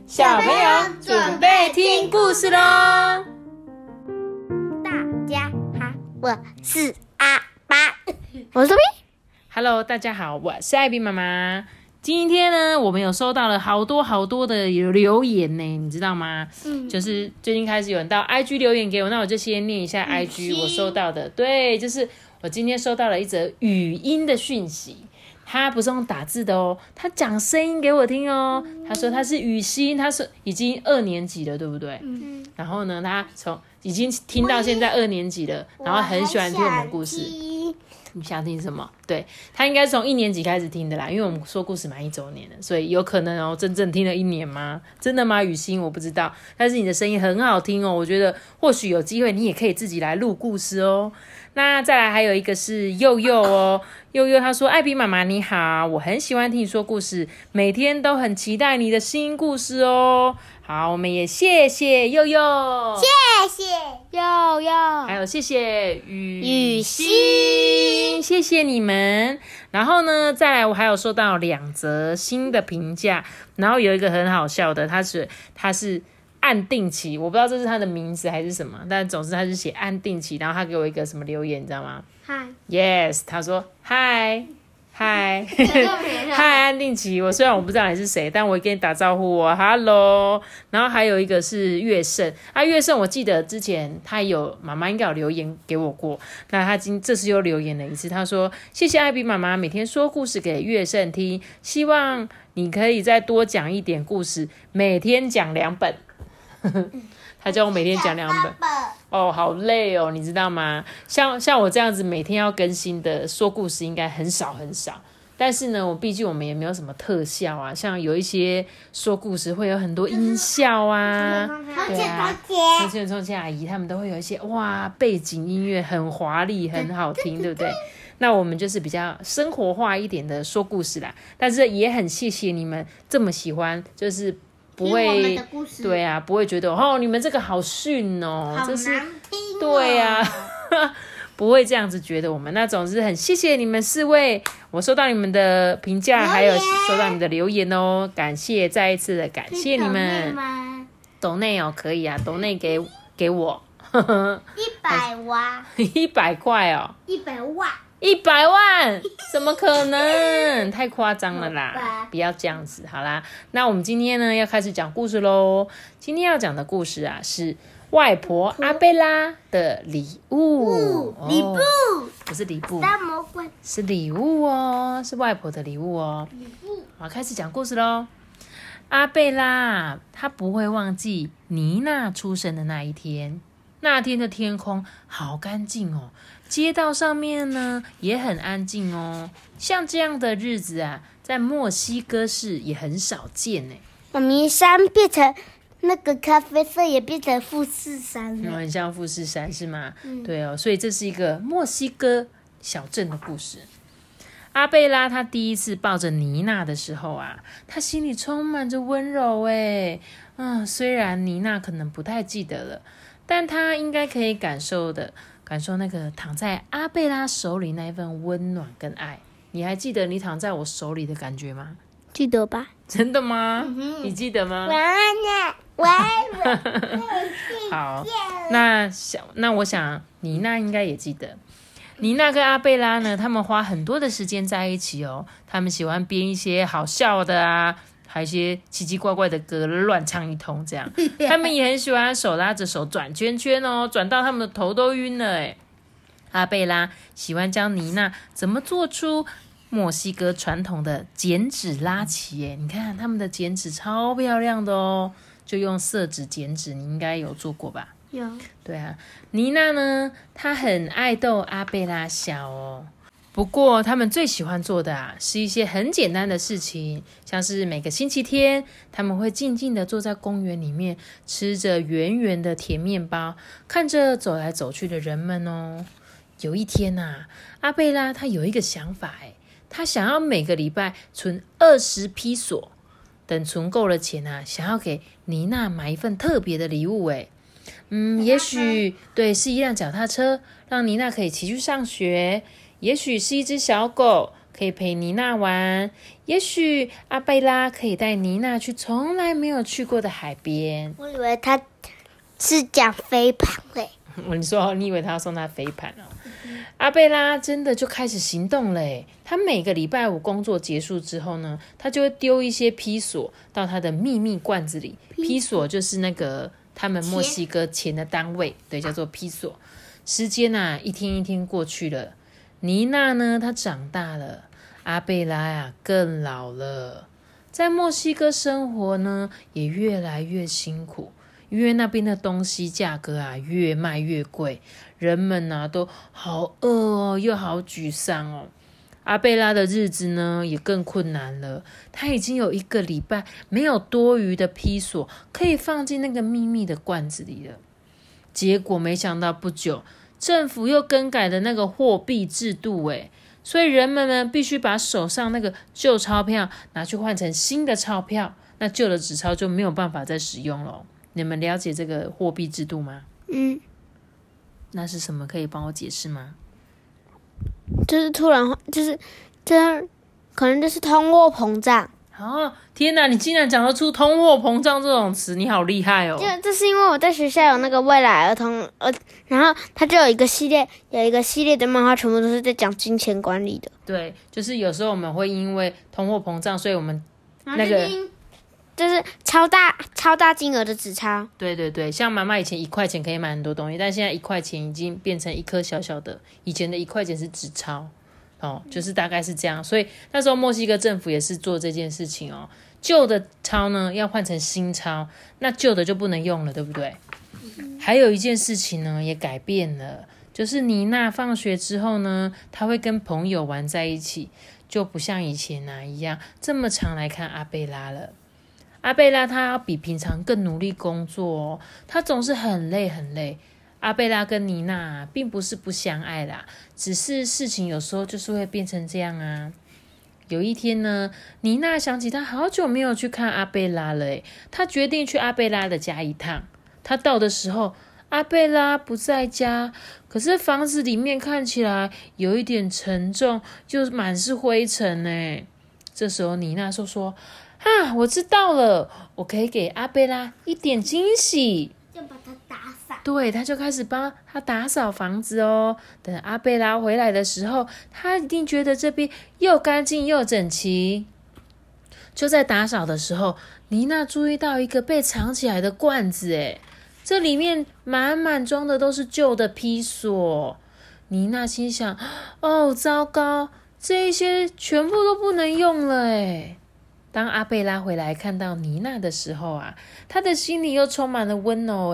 小朋友准备听故事咯。 大家好，我是阿爸，我是 B。 Hello， 大家好，我是艾比妈妈。今天呢，我们有收到了好多的留言呢，你知道吗？就是最近开始有人到 IG 留言给我，那我就先念一下 IG 我收到的。对，就是我今天收到了一则语音的讯息。他不是用打字的哦，他讲声音给我听哦。他说他是雨欣，他是已经2年级了，对不对？然后呢，他已经听到现在2年级了，然后很喜欢听我们故事。你想听什么？对，他应该是从1年级开始听的啦，因为我们说故事满1周年了，所以有可能哦，真正听了1年吗？真的吗？雨欣，我不知道，但是你的声音很好听哦，我觉得或许有机会你也可以自己来录故事哦。那再来还有一个是佑佑哦，佑佑他说：“艾比妈妈你好，我很喜欢听你说故事，每天都很期待你的新故事哦。”好，我们也谢谢佑佑， 谢谢佑佑， 还有谢谢雨欣，谢谢你们。然后呢，再来我还有收到2则新的评价，然后有一个很好笑的，他是按定期，我不知道这是他的名字还是什么，但总之他是写按定期，然后他给我一个什么留言，你知道吗？ 嗨 Yes， 他说嗨，嗨，安定期。虽然我不知道你是谁，但我给你打招呼哦 ，Hello。然后还有一个是月胜啊，月胜我记得之前他妈妈应该有留言给我过，那他这次又留言了一次，他说谢谢艾比妈妈每天说故事给月胜听，希望你可以再多讲一点故事，每天讲2本。他叫我每天讲2本哦，好累哦，你知道吗？像我这样子每天要更新的说故事应该很少，但是呢，毕竟我们也没有什么特效啊，像有一些说故事会有很多音效啊，对啊，从前阿姨他们都会有一些哇背景音乐很华丽很好听，对不对？那我们就是比较生活化一点的说故事啦，但是也很谢谢你们这么喜欢，就是不会，对啊，不会觉得你们这个好逊哦， 好难听哦， 对啊，不会这样子觉得我们。那总之很谢谢你们4位，我收到你们的评价，还有收到你们的留言哦，感谢，再一次的感谢你们。抖内哦，可以啊，抖内给我 100万 ，100块哦 ，100万。 100万？怎么可能？太夸张了啦！不要这样子，好啦。那我们今天呢要开始讲故事咯。今天要讲的故事啊是外婆阿贝拉的礼物。 礼物不是礼物， 大魔怪是礼物哦，是外婆的礼物哦。好，开始讲故事咯。阿贝拉她不会忘记妮娜出生的那一天。那天的天空好干净哦，街道上面呢也很安静哦。像这样的日子啊，在墨西哥市也很少见呢。 妈咪，山变成那个咖啡色，也变成富士山了， 很像富士山是吗？对哦，所以这是一个墨西哥小镇的故事。阿贝拉她第一次抱着妮娜的时候啊，她心里充满着温柔诶。虽然妮娜可能不太记得了，但她应该可以感受那个躺在阿贝拉手里那一份温暖跟爱。你还记得你躺在我手里的感觉吗？ 记得吧？ 真的吗？你记得吗？好，那我想妮娜应该也记得。妮娜跟阿贝拉呢，他们花很多的时间在一起哦。他们喜欢编一些好笑的啊，还有一些奇奇怪怪的歌，乱唱一通这样。他们也很喜欢手拉着手转圈圈哦，转到他们的头都晕了诶。阿贝拉喜欢教妮娜怎么做出墨西哥传统的剪纸拉旗耶，你看他们的剪纸超漂亮的哦，就用色纸剪纸，你应该有做过吧？ 有。 对啊，妮娜呢，她很爱逗阿贝拉笑哦。不过他们最喜欢做的啊，是一些很简单的事情，像是每个星期天，他们会静静的坐在公园里面，吃着圆圆的甜面包，看着走来走去的人们哦。有一天啊，阿贝拉她有一个想法诶，她想要每个礼拜存20披索，等存够了钱啊，想要给妮娜买一份特别的礼物诶。也许对，是一辆脚踏车，让妮娜可以骑去上学；也许是一只小狗， 可以陪妮娜玩，也许阿贝拉可以带妮娜去从来没有去过的海边。 我以为他是讲飞盘嘞。 你以为他要送他飞盘哦？阿贝拉真的就开始行动了耶。他每个礼拜五工作结束之后呢，他就会丢一些披索到他的秘密罐子里。披索就是那个他们墨西哥钱的单位，对，叫做披索。时间啊，一天一天过去了。妮娜呢，她长大了，阿贝拉呀，更老了。在墨西哥生活呢，也越来越辛苦。因为那边的东西价格啊越卖越贵，人们啊都好饿哦，又好沮丧哦。阿贝拉的日子呢也更困难了，他已经有1个礼拜没有多余的披索可以放进那个秘密的罐子里了。结果没想到不久，政府又更改了那个货币制度诶，所以人们呢必须把手上那个旧钞票拿去换成新的钞票，那旧的纸钞就没有办法再使用了。你们了解这个货币制度吗？那是什么？可以帮我解释吗？ 就是突然，就是这样，可能就是通货膨胀。 哦，天哪！你竟然讲得出通货膨胀这种词，你好厉害哦！ 这是因为我在学校有那个未来儿童，然后它就有一个系列的漫画，全部都是在讲金钱管理的。 对，就是有时候我们会因为通货膨胀，所以我们那个。 就是超大金额的纸钞。 对对对，像妈妈以前1块钱可以买很多东西，但现在1块钱已经变成一颗小小的，以前的1块钱是纸钞哦，就是大概是这样。所以那时候墨西哥政府也是做这件事情哦，旧的钞呢要换成新钞，那旧的就不能用了，对不对？还有一件事情呢也改变了，就是妮娜放学之后呢，她会跟朋友玩在一起，就不像以前一样这么常来看阿贝拉了。阿贝拉他要比平常更努力工作哦，他总是很累很累。阿贝拉跟妮娜并不是不相爱啦，只是事情有时候就是会变成这样啊。有一天呢，妮娜想起她好久没有去看阿贝拉了耶，她决定去阿贝拉的家一趟。她到的时候，阿贝拉不在家，可是房子里面看起来有一点沉重，就满是灰尘耶。这时候妮娜说我知道了，我可以给阿贝拉一点惊喜， 就把它打扫。 对，他就开始帮他打扫房子哦。等阿贝拉回来的时候，他一定觉得这边又干净又整齐。就在打扫的时候，妮娜注意到一个被藏起来的罐子，诶，这里面满满装的都是旧的披索。妮娜心想：哦，糟糕，这一些全部都不能用了，诶。当阿贝拉回来看到妮娜的时候啊，他的心里又充满了温柔。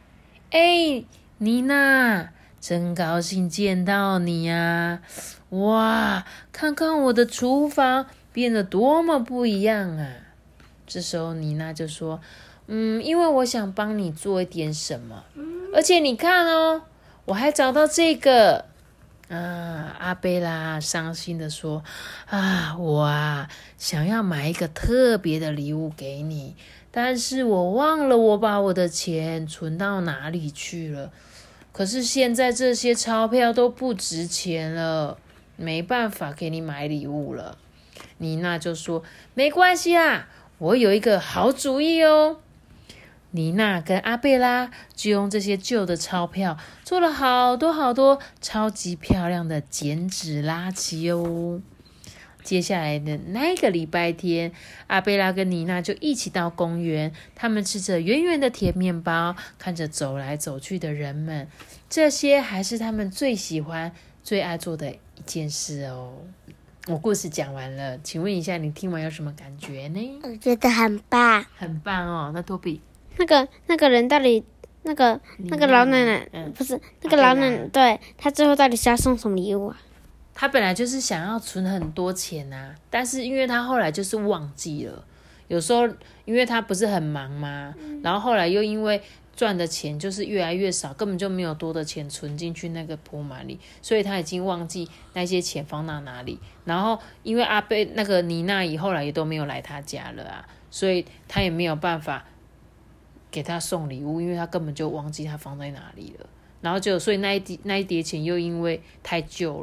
妮娜，真高兴见到你啊！哇，看看我的厨房变得多么不一样啊！这时候妮娜就说：因为我想帮你做一点什么，而且你看哦，我还找到这个。阿贝拉伤心的说：我想要买一个特别的礼物给你，但是我忘了我把我的钱存到哪里去了。可是现在这些钞票都不值钱了，没办法给你买礼物了。妮娜就说：没关系啦，我有一个好主意哦。妮娜跟阿贝拉就用这些旧的钞票做了好多好多超级漂亮的剪纸拉旗哦。接下来的那个礼拜天，阿贝拉跟妮娜就一起到公园，他们吃着圆圆的甜面包，看着走来走去的人们，这些还是他们最喜欢最爱做的一件事哦。我故事讲完了，请问一下你听完有什么感觉呢？ 我觉得很棒， 很棒哦。那托比， 那个人到底那个老奶奶，不是那个老奶奶，对，她最后到底是要送什么礼物啊？ 她本来就是想要存很多钱啊，但是因为她后来就是忘记了，有时候因为她不是很忙嘛，然后后来又因为赚的钱就是越来越少，根本就没有多的钱存进去那个铺满里，所以她已经忘记那些钱放到哪里。然后因为那个妮娜后来也都没有来她家了啊，所以她也没有办法给他送礼物，因为他根本就忘记他放在哪里了。然后所以那一叠钱又因为太旧了，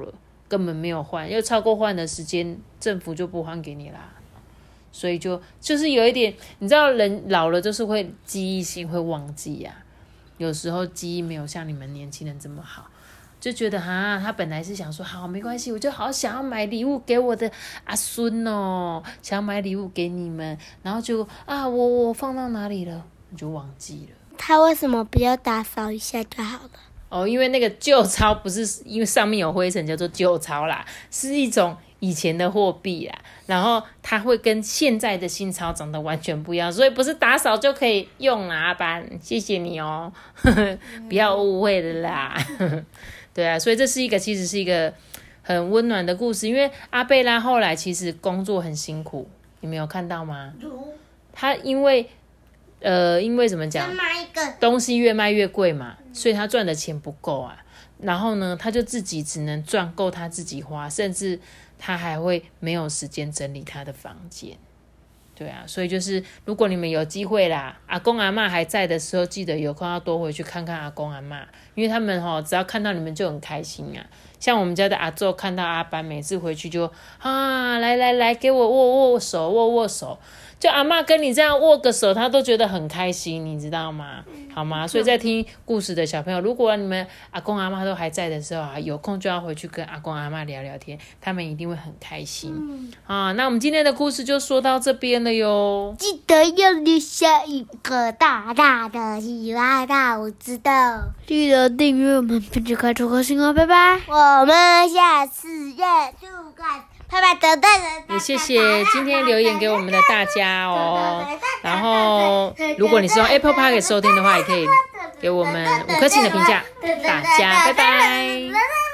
根本没有换，又超过换的时间，政府就不还给你啦。所以就是有一点，你知道人老了就是会记忆性会忘记啊，有时候记忆没有像你们年轻人这么好。就觉得他本来是想说好没关系，我就好想要买礼物给我的阿孙哦，想要买礼物给你们，然后就我放到哪里了，我就忘记了。 他为什么不要打扫一下就好了？ 哦，因为那个旧钞不是因为上面有灰尘叫做旧钞啦，是一种以前的货币啦，然后它会跟现在的新钞长得完全不一样，所以不是打扫就可以用啦，阿班，谢谢你哦，不要误会了啦。对啊，所以这是其实是一个很温暖的故事，因为阿贝拉后来其实工作很辛苦，你们有看到吗？他因为怎么讲，东西越卖越贵嘛，所以他赚的钱不够啊，然后呢，他就自己只能赚够他自己花，甚至他还会没有时间整理他的房间。对啊，所以就是如果你们有机会啦，阿公阿嬷还在的时候，记得有空要多回去看看阿公阿嬷，因为他们只要看到你们就很开心啊。像我们家的阿祖看到阿班，每次回去就来给我握手，就阿嬷跟你这样握个手，他都觉得很开心，你知道吗？好吗？所以在听故事的小朋友，如果你们阿公阿嬷都还在的时候啊，有空就要回去跟阿公阿嬷聊聊天，他们一定会很开心。那我们今天的故事就说到这边了哟。 记得要留下一个大大的喜欢让我知道。记得订阅我们，并且开出颗星哦，拜拜。我们下次见，祝看。拜拜， 也谢谢今天留言给我们的大家哦。然后，如果你是用 Apple Podcast 收听的话，也可以给我们5颗星的评价。大家拜拜。